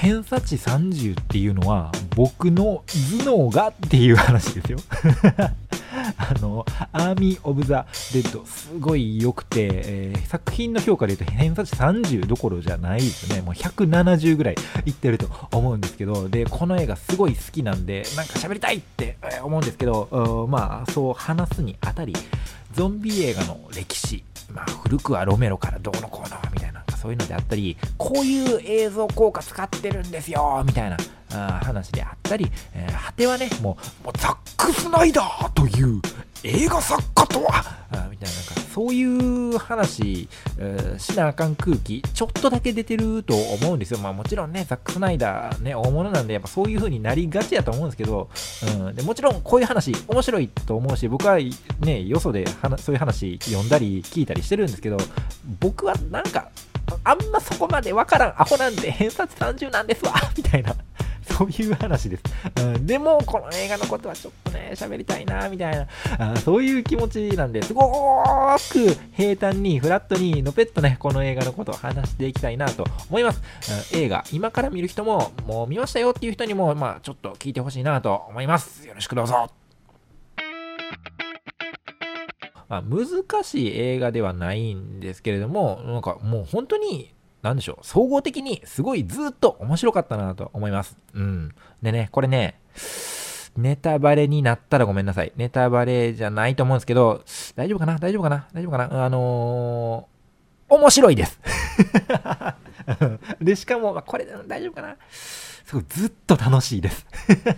偏差値30っていうのは僕の頭脳がっていう話ですよアーミー・オブ・ザ・デッドすごい良くて、作品の評価で言うと偏差値30どころじゃないですね。もう170ぐらいいってると思うんですけど、でこの映画すごい好きなんでなんか喋りたいって思うんですけど、まあそう話すにあたりゾンビ映画の歴史、まあ古くはロメロからどうのこうのみたいなそういうのであったり、こういう映像効果使ってるんですよみたいな話であったり、果てはねもうザック・スナイダーという映画作家とはみたいな、なんかそういう話、しなあかん空気ちょっとだけ出てると思うんですよ。まあもちろんねザック・スナイダーね大物なんでやっぱそういう風になりがちやと思うんですけど、でもちろんこういう話面白いと思うし、僕はねよそでそういう話読んだり聞いたりしてるんですけど、僕はなんかあんまそこまでわからんアホなんで偏差値30なんですわみたいなそういう話です、でもこの映画のことはちょっとね喋りたいなみたいなそういう気持ちなんで、すごーく平坦にフラットにのぺっとねこの映画のことを話していきたいなと思います。映画今から見る人ももう見ましたよっていう人にもまあちょっと聞いてほしいなと思います。よろしくどうぞ。まあ、難しい映画ではないんですけれども、なんかもう本当になんでしょう、総合的にすごいずっと面白かったなと思います。でね、これね、ネタバレになったらごめんなさい。ネタバレじゃないと思うんですけど、大丈夫かな面白いですで、しかも、これ大丈夫かな、すごいずっと楽しいです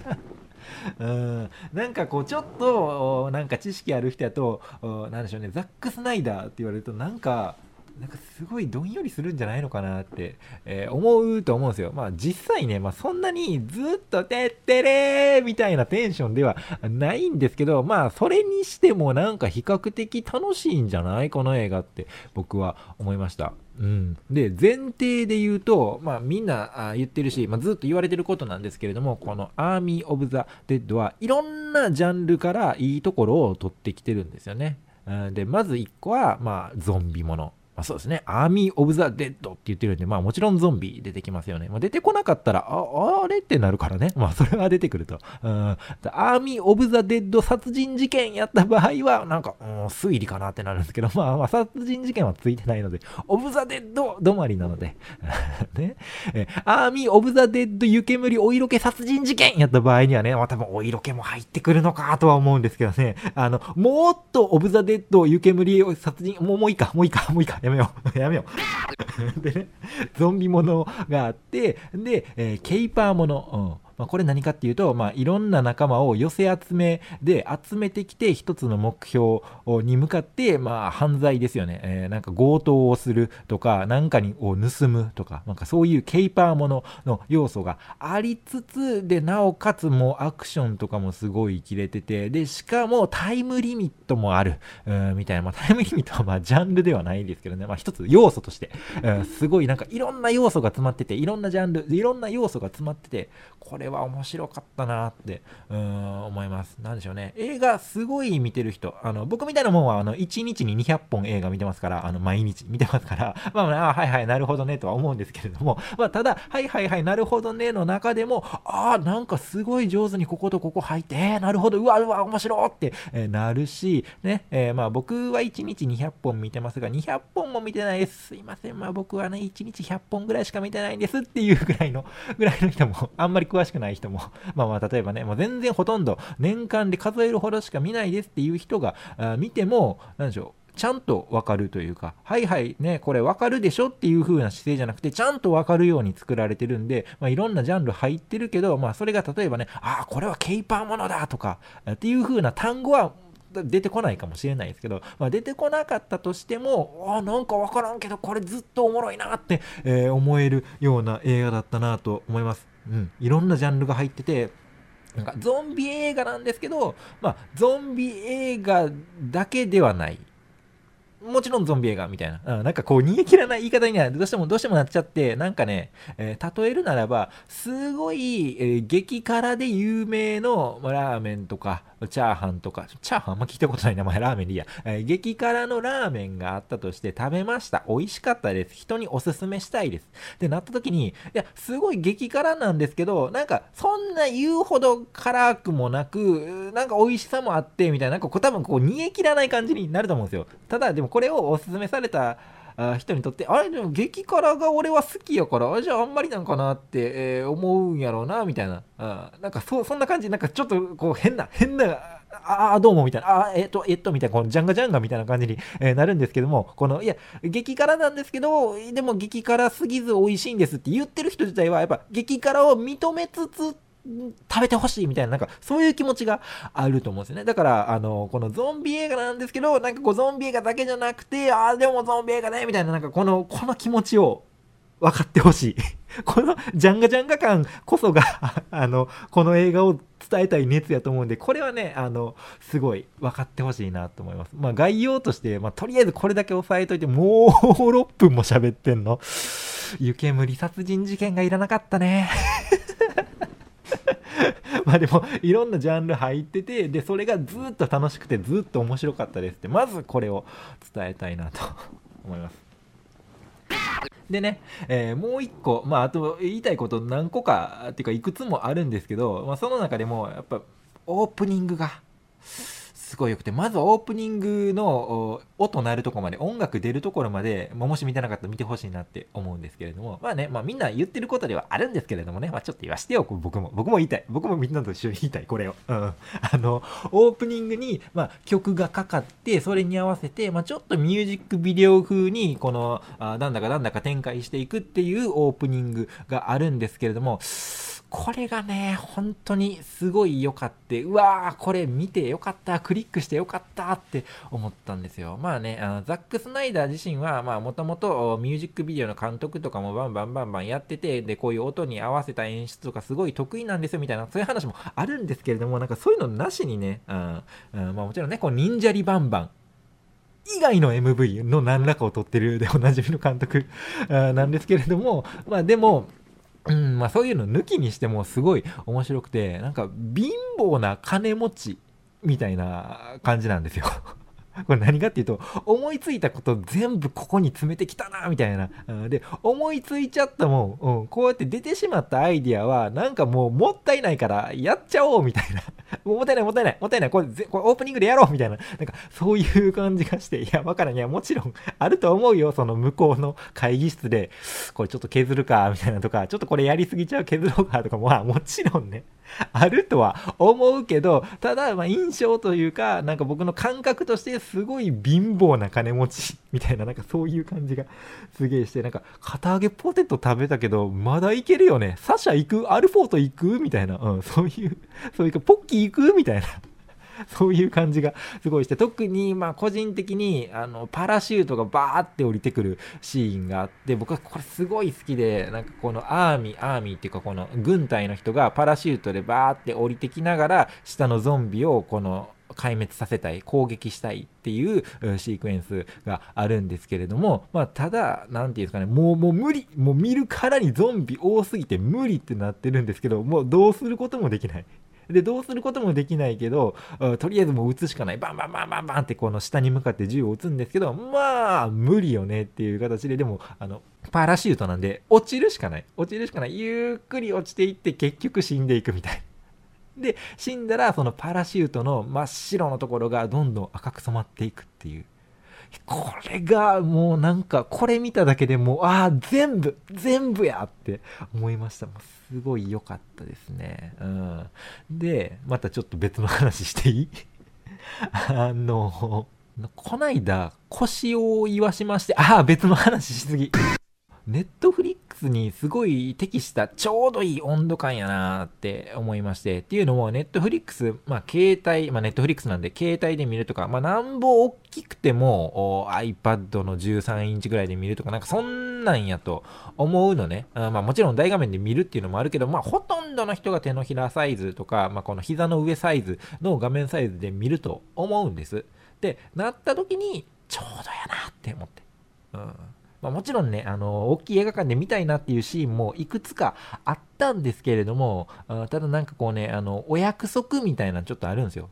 なんかこうちょっとなんか知識ある人やとなんでしょうね、ザック・スナイダーって言われるとなんかすごいどんよりするんじゃないのかなって、思うと思うんですよ。まあ実際ね、まあそんなにずっとてってれーみたいなテンションではないんですけど、まあそれにしてもなんか比較的楽しいんじゃないこの映画って僕は思いました。で前提で言うと、まあ、みんな言ってるし、まあ、ずっと言われてることなんですけれども、このアーミー・オブ・ザ・デッドはいろんなジャンルからいいところを取ってきてるんですよね。でまず1個は、まあ、ゾンビもの。そうですね。アーミー・オブ・ザ・デッドって言ってるんで、まあもちろんゾンビ出てきますよね。まあ、出てこなかったら、あれってなるからね。まあそれは出てくると。アーミー・オブ・ザ・デッド殺人事件やった場合は、なんか、推理かなってなるんですけど、まあ殺人事件はついてないので、オブ・ザ・デッド止まりなので。ね。アーミー・オブ・ザ・デッド湯煙お色気殺人事件やった場合にはね、まあ多分お色気も入ってくるのかとは思うんですけどね。もっとオブ・ザ・デッド湯煙殺人、もういいか。やめようでね、ゾンビものがあって、で、ケイパーもの、まあ、これ何かっていうと、まあ、いろんな仲間を寄せ集めで集めてきて一つの目標に向かって、まあ、犯罪ですよね、なんか強盗をするとか何かを盗むとか、なんかそういうケイパーものの要素がありつつで、なおかつもうアクションとかもすごい切れてて、でしかもタイムリミットもあるみたいな、まあ、タイムリミットはまあジャンルではないですけどね、まあ、一つ要素として、すごいなんかいろんな要素が詰まってて、いろんなジャンルいろんな要素が詰まってて、これは面白かったなって思います。なんでしょうね、映画すごい見てる人、僕みたいなもんは1日に200本映画見てますから、毎日見てますから、まあ、はいはいなるほどねとは思うんですけれども、まあ、ただはいなるほどねの中でも、なんかすごい上手にこことここ入って、なるほど、うわ面白って、なるしね、まあ僕は1日200本見てますが、200本も見てないです、すいません、まあ僕はね1日100本ぐらいしか見てないんですっていうぐらいの人も、あんまり詳しくない人もまあ例えばね、もう全然ほとんど年間で数えるほどしか見ないですっていう人が見ても、なんでしょう、ちゃんとわかるというか、はいね、これわかるでしょっていう風な姿勢じゃなくて、ちゃんとわかるように作られてるんで、まあいろんなジャンル入ってるけど、まあそれが例えばね、これはケイパーものだとかっていう風な単語は出てこないかもしれないですけど、まあ、出てこなかったとしても、なんかわからんけどこれずっとおもろいなって、思えるような映画だったなと思います。いろんなジャンルが入ってて、なんかゾンビ映画なんですけど、まあゾンビ映画だけではない、もちろんゾンビ映画みたいな、なんかこう煮え切らない言い方にはどうしてもなっちゃって、なんかね、例えるならばすごい、激辛で有名のラーメンとかチャーハンとか、チャーハンあんま聞いたことない名前、ラーメンでいいや、激辛のラーメンがあったとして食べました。美味しかったです。人におすすめしたいです。ってなった時に、いや、すごい激辛なんですけど、なんか、そんな言うほど辛くもなく、なんか美味しさもあって、みたいな、なんかこう多分こう煮え切らない感じになると思うんですよ。ただ、でもこれをおすすめされた、人にとって、あれでも激辛が俺は好きやから、じゃああんまりなんかなって、思うんやろうな、みたいな。なんかそんな感じ、なんかちょっとこう変な、どうもみたいな、みたいな、このジャンガジャンガみたいな感じに、なるんですけども、この、いや、激辛なんですけど、でも激辛すぎず美味しいんですって言ってる人自体は、やっぱ激辛を認めつつ、食べてほしいみたいな、なんか、そういう気持ちがあると思うんですよね。だから、このゾンビ映画なんですけど、なんかこう、ゾンビ映画だけじゃなくて、でもゾンビ映画ね、みたいな、なんかこの気持ちを分かってほしい。このジャンガジャンガ感こそがこの映画を伝えたい熱やと思うんで、これはね、すごい分かってほしいなと思います。まあ、概要として、まあ、とりあえずこれだけ押さえといて、もう6分も喋ってんの。湯煙殺人事件がいらなかったね。まあでもいろんなジャンル入ってて、でそれがずっと楽しくてずっと面白かったですって、まずこれを伝えたいなと思います。でね、もう一個、まああと言いたいこと何個かっていうかいくつもあるんですけど、まあ、その中でもやっぱオープニングがすごい良くて、まずオープニングの音鳴るところまで、音楽出るところまで、もし見てなかったら見てほしいなって思うんですけれども、まあね、まあみんな言ってることではあるんですけれどもね、まあちょっと言わしてよ、僕も言いたい。僕もみんなと一緒に言いたい、これを。オープニングに、まあ曲がかかって、それに合わせて、まあちょっとミュージックビデオ風に、この、なんだか展開していくっていうオープニングがあるんですけれども、これがね、本当にすごい良かった。うわー、これ見て良かった、クリックして良かったって思ったんですよ。まあね、ザック・スナイダー自身は、まあもともとミュージックビデオの監督とかもバンバンやってて、で、こういう音に合わせた演出とかすごい得意なんですよみたいな、そういう話もあるんですけれども、なんかそういうのなしにね、まあもちろんね、こう忍者リバンバン、以外の MV の何らかを撮ってるでおなじみの監督なんですけれども、まあでも、まあそういうの抜きにしてもすごい面白くて、なんか貧乏な金持ちみたいな感じなんですよ。これ何かっていうと、思いついたこと全部ここに詰めてきたなみたいな。で、思いついちゃったもん、こうやって出てしまったアイディアはなんかもうもったいないからやっちゃおうみたいな。もったいない、これオープニングでやろうみたいな。なんかそういう感じがして、いや、わからん。いや、もちろんあると思うよ。その向こうの会議室で、これちょっと削るかみたいなとか、ちょっとこれやりすぎちゃう削ろうかとかも、まあもちろんね。あるとは思うけど、ただ、まあ印象というか、なんか僕の感覚としてすごい貧乏な金持ちみたいな、なんかそういう感じがすげえして、なんか、堅揚げポテト食べたけど、まだいけるよね。サシャ行くアルフォート行くみたいな、そういうか、ポッキー行くみたいな。そういう感じがすごいして、特にまあ個人的にパラシュートがバーって降りてくるシーンがあって、僕はこれすごい好きで、なんかこのアーミーっていうかこの軍隊の人がパラシュートでバーって降りてきながら下のゾンビをこの壊滅させたい、攻撃したいっていうシークエンスがあるんですけれども、まあただなんていうんですかね、もう無理、もう見るからにゾンビ多すぎて無理ってなってるんですけど、もうどうすることもできない。で、どうすることもできないけど、とりあえずもう撃つしかない。バンバンバンバンバンってこの下に向かって銃を撃つんですけど、まあ、無理よねっていう形で、でも、パラシュートなんで、落ちるしかない。ゆっくり落ちていって結局死んでいくみたい。で、死んだら、そのパラシュートの真っ白のところがどんどん赤く染まっていくっていう。これがもうなんかこれ見ただけでもう全部やって思いました。もうすごい良かったですね。でまたちょっと別の話していい？こないだ腰を言わしまして、別の話しすぎ。ネットフリックスにすごい適したちょうどいい温度感やなって思いまして。っていうのも、ネットフリックス、まあ携帯、まあネットフリックスなんで携帯で見るとか、まあなんぼ大きくてもiPad の13インチぐらいで見るとか、なんかそんなんやと思うのね。まあもちろん大画面で見るっていうのもあるけど、まあほとんどの人が手のひらサイズとか、まあこの膝の上サイズの画面サイズで見ると思うんです。で、なった時にちょうどやなって思って。まあ、もちろんね、大きい映画館で見たいなっていうシーンもいくつかあったんですけれども、ただなんかこうね、お約束みたいなのちょっとあるんですよ。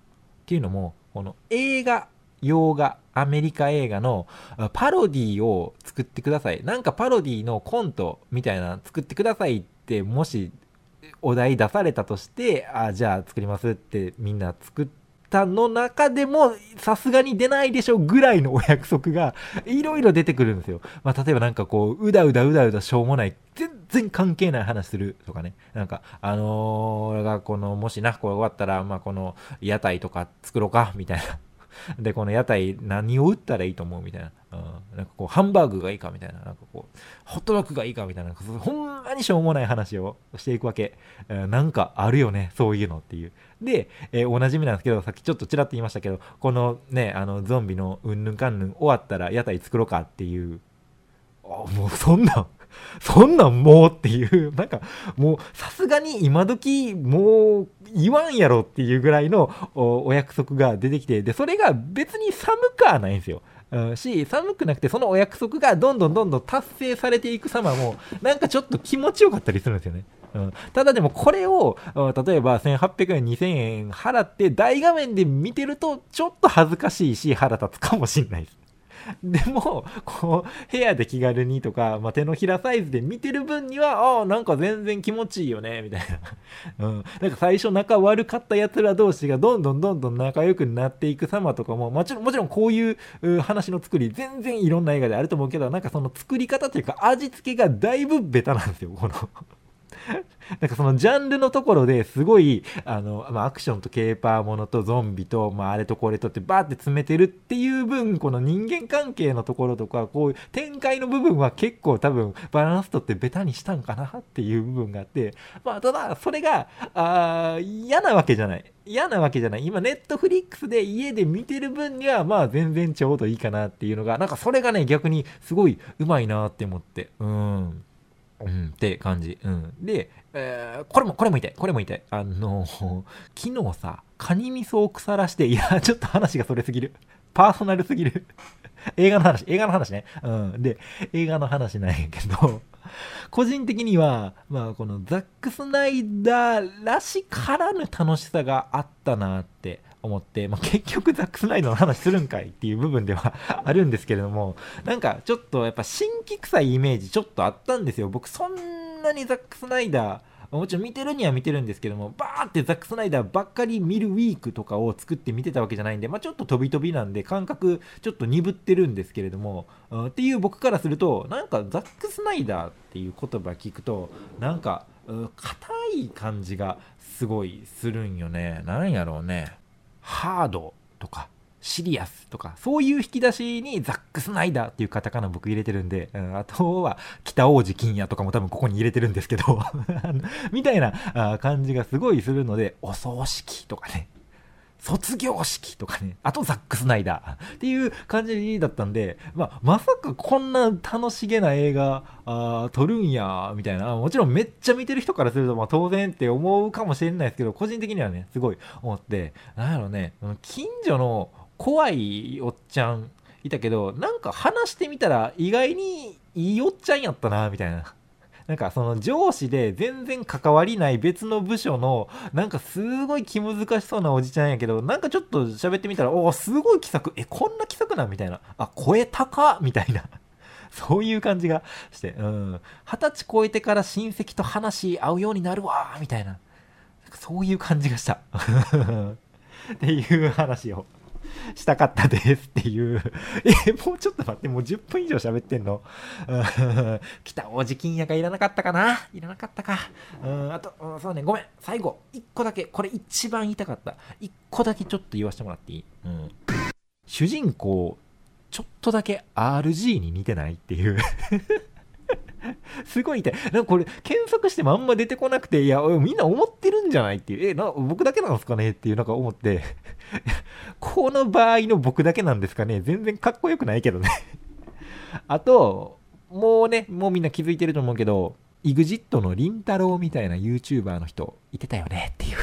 っていうのも、この洋画、アメリカ映画のパロディを作ってください。なんかパロディのコントみたいなの作ってくださいって、もしお題出されたとして、じゃあ作りますってみんな作ったの中でも、さすがに出ないでしょぐらいのお約束がいろいろ出てくるんですよ。例えばなんかこう、うだうだしょうもない、全然関係ない話するとかね。なんか、俺がこの、もしな、これ終わったら、この屋台とか作ろうか、みたいな。で、この屋台何を売ったらいいと思うみたいな。なんかこう、ハンバーグがいいかみたいな。なんかこう、ホットドッグがいいかみたいな。ほんまにしょうもない話をしていくわけ。なんかあるよね、そういうのっていう。で、おなじみなんですけど、さっきちょっとちらっと言いましたけど、このね、ゾンビのうんぬんかんぬん終わったら屋台作ろうかっていう。もうそんなんもうっていう、なんかもうさすがに今時もう言わんやろっていうぐらいの お約束が出てきて、で、それが別に寒くはないんですよ。寒くなくて、そのお約束がどんどん達成されていく様も、なんかちょっと気持ちよかったりするんですよね。ただでもこれを、例えば1800円、2000円払って大画面で見てると、ちょっと恥ずかしいし腹立つかもしれないです。でも、こう、部屋で気軽にとか、手のひらサイズで見てる分には、なんか全然気持ちいいよね、みたいな。なんか最初仲悪かった奴ら同士がどんどん仲良くなっていく様とかも、もちろんこういう話の作り、全然いろんな映画であると思うけど、なんかその作り方というか味付けがだいぶベタなんですよ、この。なんかそのジャンルのところですごいアクションとケーパーものとゾンビと、あれとこれとってバーって詰めてるっていう分、この人間関係のところとかこういう展開の部分は結構多分バランスとってベタにしたんかなっていう部分があって、ただそれが嫌なわけじゃない。今ネットフリックスで家で見てる分には全然ちょうどいいかなっていうのが、なんかそれがね逆にすごいうまいなって思って、って感じ。で、これも言いたい。昨日さ、カニ味噌を腐らして、いや、ちょっと話がそれすぎる。パーソナルすぎる。映画の話ね。で、映画の話なんやけど、個人的には、このザック・スナイダーらしからぬ楽しさがあったなって思って、結局ザック・スナイダーの話するんかいっていう部分ではあるんですけれども、なんかちょっとやっぱ新規臭いイメージちょっとあったんですよ。僕そんなにザック・スナイダー、もちろん見てるには見てるんですけども、バーってザック・スナイダーばっかり見るウィークとかを作って見てたわけじゃないんで、ちょっと飛びなんで感覚ちょっと鈍ってるんですけれども、っていう僕からすると、なんかザック・スナイダーっていう言葉聞くと、なんか硬い感じがすごいするんよね。なんやろうね。ハードとかシリアスとかそういう引き出しにザック・スナイダーっていうカタカナ僕入れてるんで、あとは北王子金也とかも多分ここに入れてるんですけどみたいな感じがすごいするので、お葬式とかね、卒業式とかね、あとザック・スナイダーっていう感じだったんで、まさかこんな楽しげな映画撮るんやみたいな、もちろんめっちゃ見てる人からすると当然って思うかもしれないですけど、個人的にはねすごい思って、なんやろね、近所の怖いおっちゃんいたけど、なんか話してみたら意外にいいおっちゃんやったなみたいな。なんかその上司で全然関わりない別の部署のなんかすごい気難しそうなおじちゃんやけど、なんかちょっと喋ってみたら、すごい気さく、こんな気さくなみたいな、声高みたいなそういう感じがして、20歳超えてから親戚と話し合うようになるわみたいな、そういう感じがしたっていう話をしたかったですっていうもうちょっと待って、もう10分以上喋ってんの北王子金也がいらなかったかな、いらなかったか、あと、そうね、ごめん、最後1個だけ、これ一番言いたかった1個だけちょっと言わせてもらっていい？主人公ちょっとだけ RG に似てないっていうすごい痛い。なんかこれ検索してもあんま出てこなくて、いやみんな思ってるんじゃないっていう、僕だけなんですかねっていうなんか思ってこの場合の僕だけなんですかね、全然かっこよくないけどねあともうみんな気づいてると思うけど、 EXIT のりんたろーみたいな YouTuber の人いてたよねっていう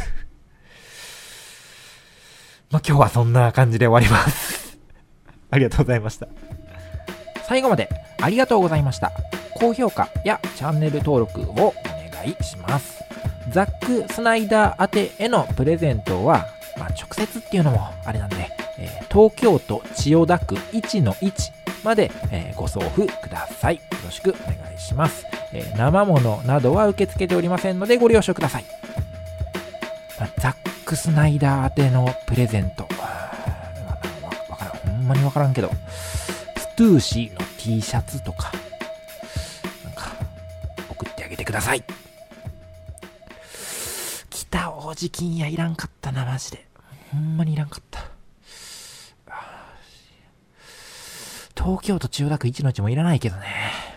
今日はそんな感じで終わりますありがとうございました。最後までありがとうございました。高評価やチャンネル登録をお願いします。ザック・スナイダー宛てへのプレゼントは、 まあ、直接っていうのもあれなんで、東京都千代田区1-1まで、ご送付ください。よろしくお願いします。生物などは受け付けておりませんのでご了承ください。まあ、ザックスナイダー宛てのプレゼント。わからん。ほんまにわからんけど、ストゥーシーの T シャツとか、なんか、送ってあげてください。北大路金やいらんかったな、マジで。ほんまにいらんかった。東京都千代田区1-1もいらないけどね。